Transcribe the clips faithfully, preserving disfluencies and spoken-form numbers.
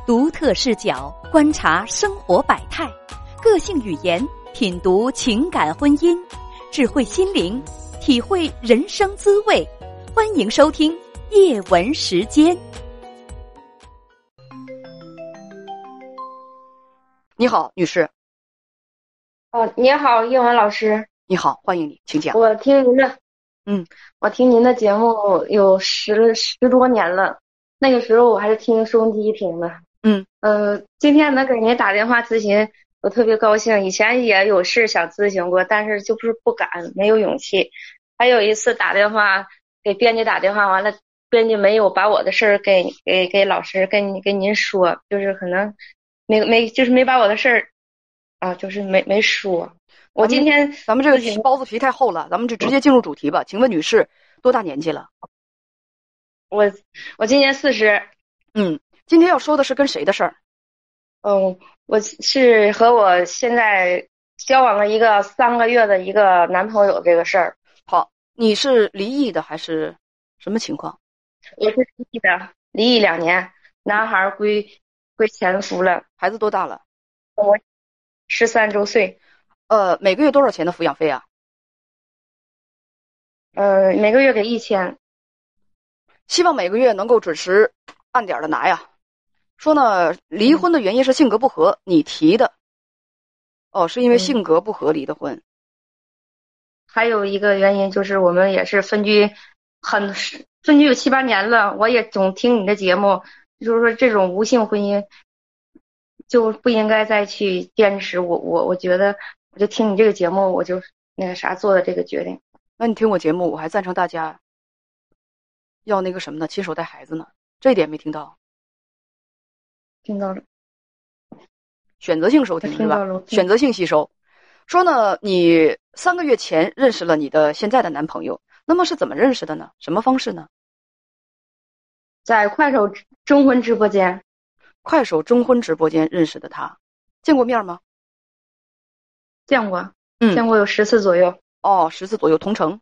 独特视角观察生活百态，个性语言品读情感婚姻，智慧心灵体会人生滋味。欢迎收听叶文时间。 你好，女士。 哦，你好，叶文老师。 你好，欢迎你，请讲。 我听您的， 嗯， 我听您的节目有十十多年了，那个时候我还是听收音机听的。 嗯， 呃，今天能给您打电话咨询，我特别高兴。以前也有事想咨询过，但是就是不敢，没有勇气。还有一次打电话给编辑打电话，完了编辑没有把我的事儿给给给老师跟跟您说，就是可能没没就是没把我的事儿啊，就是没没说。我今天咱们这个皮包子皮太厚了，咱们就直接进入主题吧。请问女士多大年纪了？ 我我今年四十。 嗯，今天要说的是跟谁的事儿？ 嗯，我是和我现在交往了一个三个月的一个男朋友这个事儿。 好，你是离异的还是什么情况？ 我是离异的，离异两年，男孩归归前夫了。 孩子多大了？ 我十三周岁。 呃，每个月多少钱的抚养费啊？ 呃，每个月给一千。 希望每个月能够准时按点的拿呀。说呢，离婚的原因是性格不合，你提的。哦，是因为性格不合离的婚。 嗯、还有一个原因就是我们也是分居很分居有七八年了，我也总听你的节目，就是说这种无性婚姻就不应该再去坚持。我我我觉得我就听你这个节目，我就那个啥做的这个决定。 那你听我节目，我还赞成大家要那个什么呢？亲手带孩子呢，这一点没听到？ 听到了。 选择性收听是吧？选择性吸收。说呢，你三个月前认识了你的现在的男朋友，那么是怎么认识的呢？什么方式呢？ 在快手征婚直播间。 快手征婚直播间认识的他，见过面吗？ 见过， 嗯， 见过有十次左右。 哦，十次左右，同城。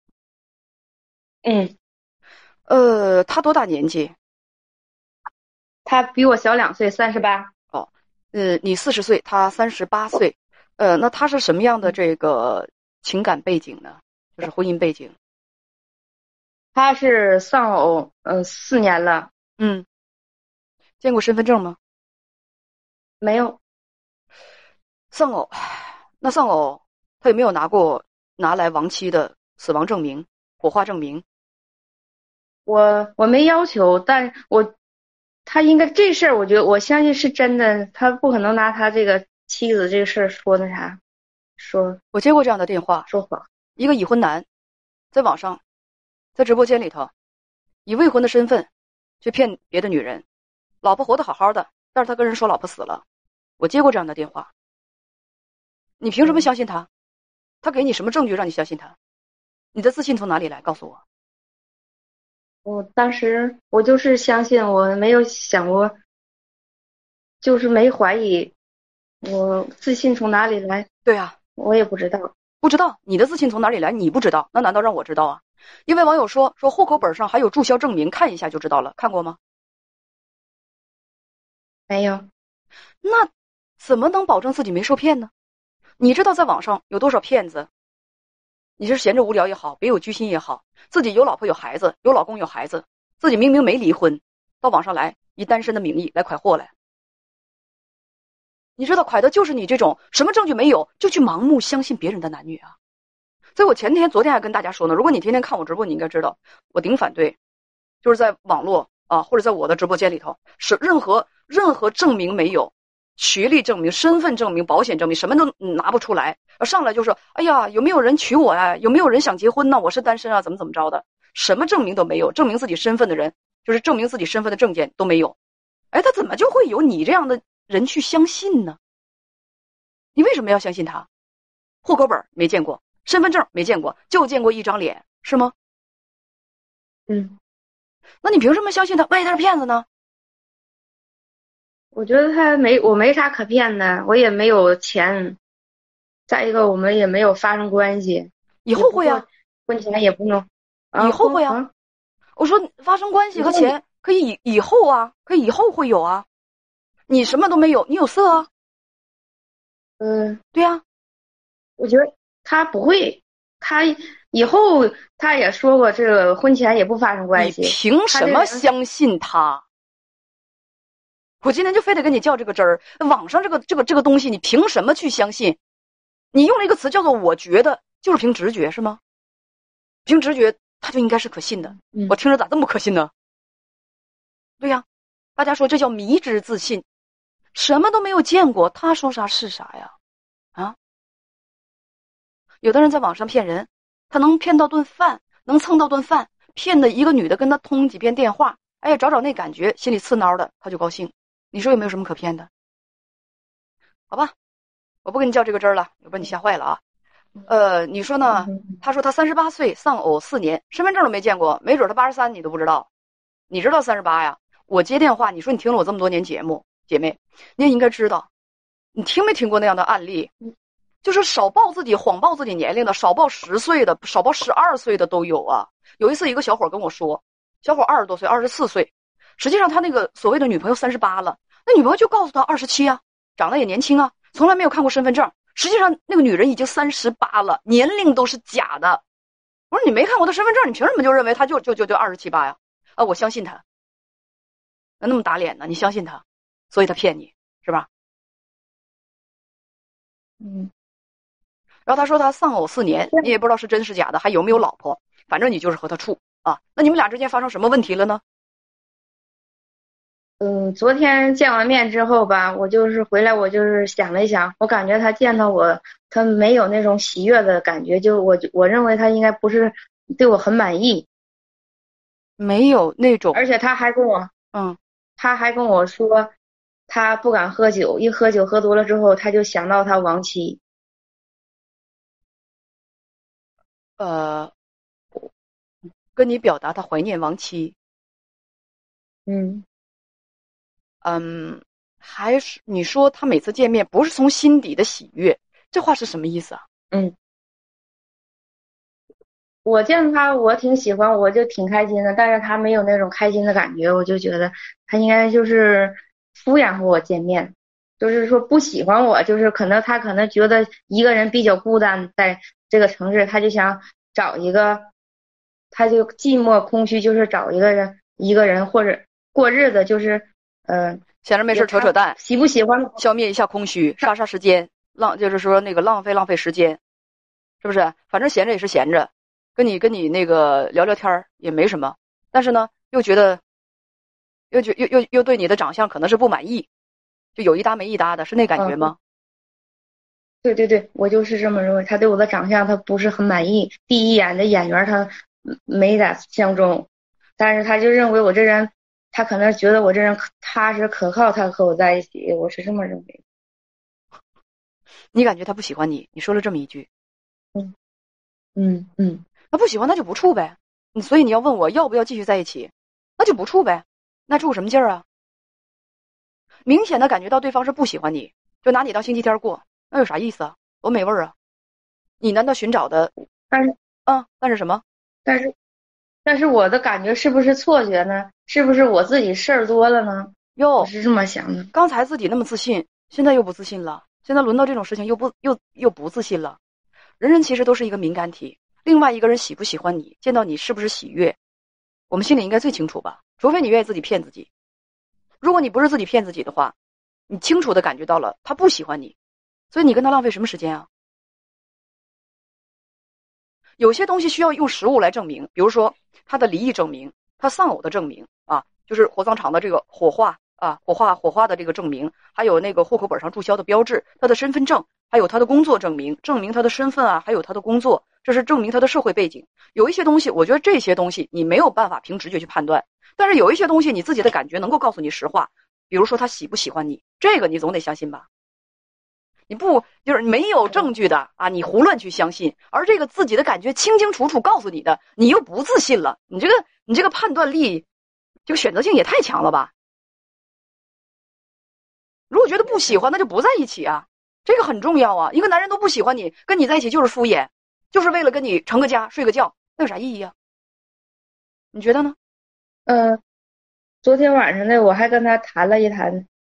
嗯， 呃，他多大年纪？ 他比我小两岁，三十八。 哦，呃，你四十岁，他三十八岁。呃，那他是什么样的这个情感背景呢？就是婚姻背景。 他是丧偶，嗯、呃，四年了。 嗯，见过身份证吗？ 没有。 丧偶，那丧偶他有没有拿过拿来亡妻的死亡证明、火化证明？ 我我没要求，但我他应该这事儿，我觉得我相信是真的，他不可能拿他这个妻子这个事儿说那啥，说。 我接过这样的电话， 说谎。 一个已婚男在网上，在直播间里头，以未婚的身份去骗别的女人，老婆活得好好的，但是他跟人说老婆死了。我接过这样的电话。你凭什么相信他？他给你什么证据让你相信他？你的自信从哪里来？告诉我。 我当时我就是相信，我没有想过，就是没怀疑，我自信从哪里来？ 对啊， 我也不知道。 不知道你的自信从哪里来？你不知道，那难道让我知道啊？因为网友说说户口本上还有注销证明，看一下就知道了。看过吗？ 没有。 那怎么能保证自己没受骗呢？你知道在网上有多少骗子？你是闲着无聊也好，别有居心也好，自己有老婆有孩子，有老公有孩子，自己明明没离婚，到网上来以单身的名义来蒯祸来。你知道蒯的就是你这种什么证据没有就去盲目相信别人的男女啊。所以我前天昨天还跟大家说呢，如果你天天看我直播，你应该知道我顶反对，就是在网络啊或者在我的直播间里头，是任何任何证明没有，学历证明、身份证明、保险证明，什么都拿不出来，上来就说哎呀有没有人娶我呀、啊、有没有人想结婚呢？我是单身啊，怎么怎么着的，什么证明都没有，证明自己身份的人，就是证明自己身份的证件都没有。哎，他怎么就会有你这样的人去相信呢？你为什么要相信他？户口本没见过，身份证没见过，就见过一张脸，是吗？ 嗯。 那你凭什么相信他？万一他是骗子呢？ 我觉得他没，我没啥可骗的，我也没有钱。再一个，我们也没有发生关系。 以后会啊， 婚前也不能。 以后会啊。我说发生关系和钱可以以以后啊，可以以后会有啊。 你什么都没有，你有色啊。 嗯， 对呀、啊， 我觉得他不会，他以后他也说过，这个婚前也不发生关系。 你凭什么相信他？我今天就非得跟你较这个真儿。网上这个这个这个东西，你凭什么去相信？你用了一个词叫做"我觉得"，就是凭直觉是吗？凭直觉，它就应该是可信的。 嗯、 我听着咋这么不可信呢？对呀、啊，大家说这叫迷之自信，什么都没有见过，他说啥是啥呀？啊，有的人在网上骗人，他能骗到顿饭，能蹭到顿饭，骗的一个女的跟他通几遍电话，哎呀，找找那感觉，心里刺挠的，他就高兴。你说有没有什么可骗的？好吧，我不跟你较这个真儿了，我把你吓坏了啊。呃，你说呢？他说他三十八岁，丧偶四年，身份证都没见过，没准他八十三，你都不知道。你知道三十八呀？我接电话，你说你听了我这么多年节目，姐妹，你也应该知道，你听没听过那样的案例？就是少报自己、谎报自己年龄的，少报十岁的，少报十二岁的都有啊。有一次，一个小伙跟我说，小伙二十多岁，二十四岁，实际上他那个所谓的女朋友三十八了，那女朋友就告诉他二十七啊，长得也年轻啊，从来没有看过身份证。实际上那个女人已经三十八了，年龄都是假的。我说你没看过她身份证，你凭什么就认为她就就就就二十七八呀？啊，我相信她。那那么打脸呢？你相信她，所以她骗你是吧？ 嗯。 然后他说他丧偶四年，你也不知道是真是假的，还有没有老婆，反正你就是和他处啊。那你们俩之间发生什么问题了呢？ 嗯，昨天见完面之后吧，我就是回来，我就是想了一想，我感觉他见到我，他没有那种喜悦的感觉，就我我认为他应该不是对我很满意， 没有那种， 而且他还跟我， 嗯， 他还跟我说，他不敢喝酒，一喝酒喝多了之后，他就想到他亡妻。 呃，跟你表达他怀念亡妻。 嗯嗯，还是你说他每次见面不是从心底的喜悦，这话是什么意思啊？ 嗯，我见到他，我挺喜欢，我就挺开心的，但是他没有那种开心的感觉，我就觉得他应该就是敷衍和我见面，就是说不喜欢我，就是可能他可能觉得一个人比较孤单，在这个城市，他就想找一个，他就寂寞空虚，就是找一个人一个人或者过日子，就是嗯、呃， 闲着没事扯扯淡， 喜不喜欢消灭一下空虚，杀杀时间，浪就是说那个浪费浪费时间，是不是？反正闲着也是闲着。跟你跟你那个聊聊天也没什么，但是呢，又觉得，又觉又又又对你的长相可能是不满意，就有一搭没一搭的，是那感觉吗？ 嗯、对对对，我就是这么认为。他对我的长相他不是很满意，第一眼的眼缘他没咋相中，但是他就认为我这人，他可能觉得我这人踏实可靠，他和我在一起，我是这么认为。 你感觉他不喜欢你，你说了这么一句， 嗯嗯嗯。 那不喜欢那就不处呗。所以你要问我要不要继续在一起，那就不处呗。那处什么劲儿啊？明显的感觉到对方是不喜欢你，就拿你当星期天过，那有啥意思啊？多没味儿啊！你难道寻找的？ 但是啊，但是什么？ 但是但是我的感觉是不是错觉呢？是不是我自己事儿多了呢？ 哟， 我是这么想的。 刚才自己那么自信，现在又不自信了。现在轮到这种事情又不又又不自信了。人人其实都是一个敏感体。另外一个人喜不喜欢你，见到你是不是喜悦，我们心里应该最清楚吧？除非你愿意自己骗自己。如果你不是自己骗自己的话，你清楚的感觉到了他不喜欢你，所以你跟他浪费什么时间啊？有些东西需要用实物来证明，比如说他的离异证明，他丧偶的证明啊，就是火葬场的这个火化啊，火化火化的这个证明，还有那个户口本上注销的标志，他的身份证，还有他的工作证明，证明他的身份啊，还有他的工作，这是证明他的社会背景。有一些东西，我觉得这些东西你没有办法凭直觉去判断，但是有一些东西你自己的感觉能够告诉你实话，比如说他喜不喜欢你，这个你总得相信吧？你不就是没有证据的啊？你胡乱去相信，而这个自己的感觉清清楚楚告诉你的，你又不自信了，你这个你这个判断力，这个选择性也太强了吧？如果觉得不喜欢，那就不在一起啊，这个很重要啊。一个男人都不喜欢你，跟你在一起就是敷衍，就是为了跟你成个家、睡个觉，那有啥意义啊？你觉得呢？ 嗯、呃，昨天晚上呢，我还跟他谈了一谈，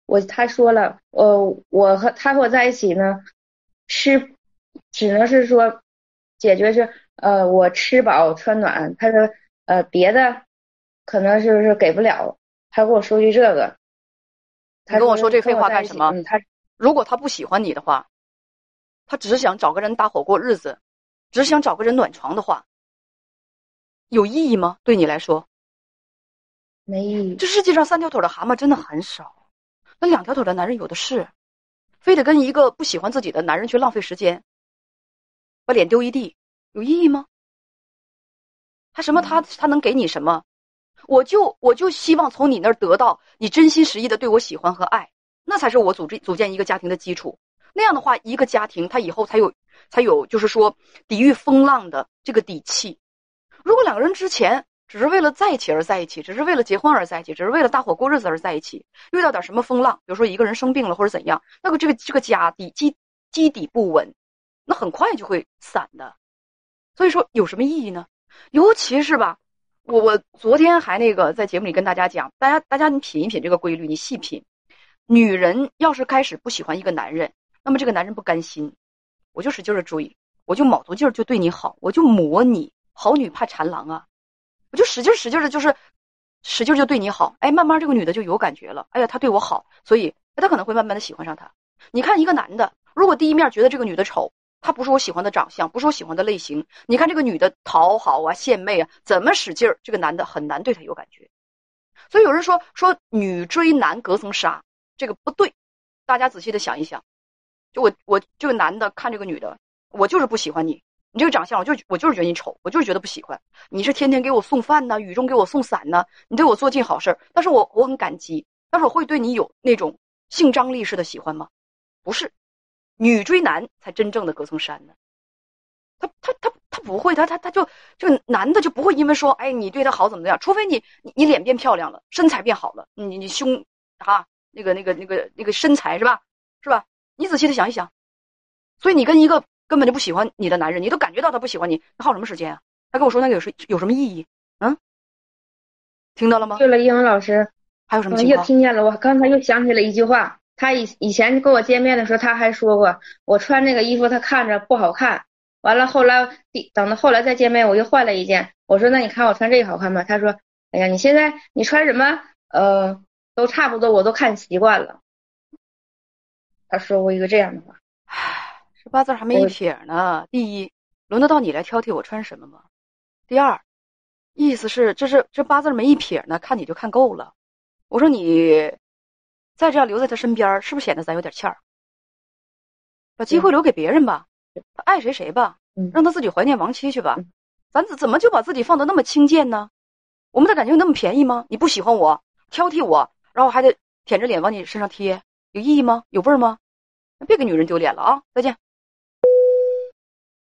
我他说了，呃，我和他和我在一起呢，吃只能是说解决是呃我吃饱穿暖，他说呃别的可能是是给不了，他跟我说句这个。 你跟我说这废话干什么？ 嗯，他如果他不喜欢你的话，他只是想找个人搭伙过日子，只是想找个人暖床的话，有意义吗？对你来说没意义。 这世界上三条腿的蛤蟆真的很少，那两条腿的男人有的是，非得跟一个不喜欢自己的男人去浪费时间，把脸丢一地，有意义吗？他什么他他能给你什么？我就我就希望从你那儿得到你真心实意的对我喜欢和爱，那才是我组织组建一个家庭的基础。那样的话，一个家庭他以后才有才有就是说抵御风浪的这个底气。如果两个人之前只是为了在一起而在一起，只是为了结婚而在一起，只是为了大伙过日子而在一起，遇到点什么风浪，比如说一个人生病了或者怎样，那个这个这个家底基基底不稳，那很快就会散的。所以说有什么意义呢？尤其是吧，我我昨天还那个在节目里跟大家讲，大家大家你品一品这个规律，你细品，女人要是开始不喜欢一个男人，那么这个男人不甘心，我就使劲的追，我就卯足劲儿就对你好，我就磨你，好女怕缠郎啊，我就使劲使劲的，就是使劲就对你好，哎，慢慢这个女的就有感觉了，哎呀，她对我好，所以她可能会慢慢的喜欢上他。你看一个男的，如果第一面觉得这个女的丑，她不是我喜欢的长相，不是我喜欢的类型，你看这个女的讨好啊、献媚啊，怎么使劲儿，这个男的很难对她有感觉。所以有人说说女追男隔层纱，这个不对，大家仔细的想一想，就我我这个男的看这个女的，我就是不喜欢你，你这个长相，我就我就是觉得你丑，我就是觉得不喜欢。你是天天给我送饭呢，雨中给我送伞呢，你对我做尽好事，但是我我很感激，但是我会对你有那种性张力式的喜欢吗？不是，女追男才真正的隔层山呢。他他他他不会，他他他就这个男的就不会因为说，哎，你对他好怎么样？除非你你你脸变漂亮了，身材变好了，你你胸啊那个那个那个那个身材是吧是吧？你仔细的想一想，所以你跟一个根本就不喜欢你的男人，你都感觉到他不喜欢你，他耗什么时间啊？他跟我说那个有什有什么意义？嗯，听到了吗？ 对了，英文老师， 还有什么情嗯，又况？ 听见了。我刚才又想起了一句话，他以以前跟我见面的时候，他还说过我穿那个衣服他看着不好看。完了后来等到后来再见面，我又换了一件。我说那你看我穿这个好看吗？他说哎呀，你现在你穿什么呃都差不多，我都看习惯了。他说过一个这样的话。 这八字还没一撇呢。第一，轮得到你来挑剔我穿什么吗？第二，意思是这是这八字没一撇呢，看你就看够了。我说你再这样留在他身边，是不是显得咱有点欠儿？把机会留给别人吧，他爱谁谁吧，让他自己怀念亡妻去吧。咱怎怎么就把自己放得那么轻贱呢？我们的感情有那么便宜吗？你不喜欢我，挑剔我，然后还得舔着脸往你身上贴，有意义吗？有味儿吗？别给女人丢脸了啊！再见。